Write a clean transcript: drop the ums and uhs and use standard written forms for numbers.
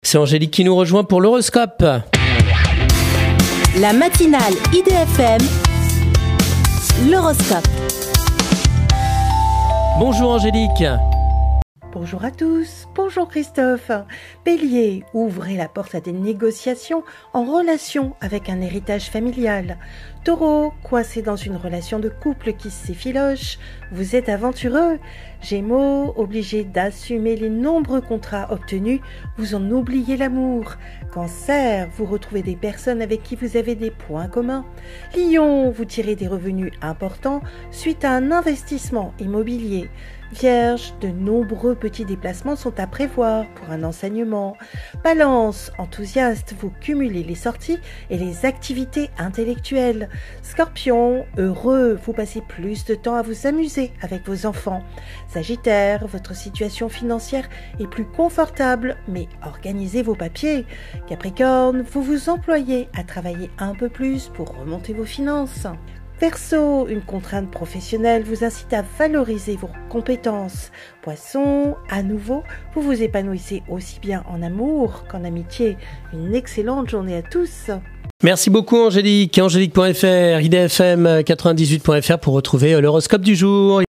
C'est Angélique qui nous rejoint pour l'horoscope. La matinale IDFM, l'horoscope. Bonjour Angélique. Bonjour à tous, bonjour Christophe. Bélier, ouvrez la porte à des négociations en relation avec un héritage familial. Taureau, coincé dans une relation de couple qui s'effiloche, vous êtes aventureux. Gémeaux, obligé d'assumer les nombreux contrats obtenus, vous en oubliez l'amour. Cancer, vous retrouvez des personnes avec qui vous avez des points communs. Lion, vous tirez des revenus importants suite à un investissement immobilier. Vierge, de nombreux petits déplacements sont à prévoir pour un enseignement. Balance, enthousiaste, vous cumulez les sorties et les activités intellectuelles. Scorpion, heureux, vous passez plus de temps à vous amuser avec vos enfants. Sagittaire, votre situation financière est plus confortable, mais organisez vos papiers. Capricorne, vous vous employez à travailler un peu plus pour remonter vos finances. Verseau, une contrainte professionnelle vous incite à valoriser vos compétences. Poisson, à nouveau, vous vous épanouissez aussi bien en amour qu'en amitié. Une excellente journée à tous. Merci beaucoup Angélique. Angélique.fr, idfm98.fr pour retrouver l'horoscope du jour.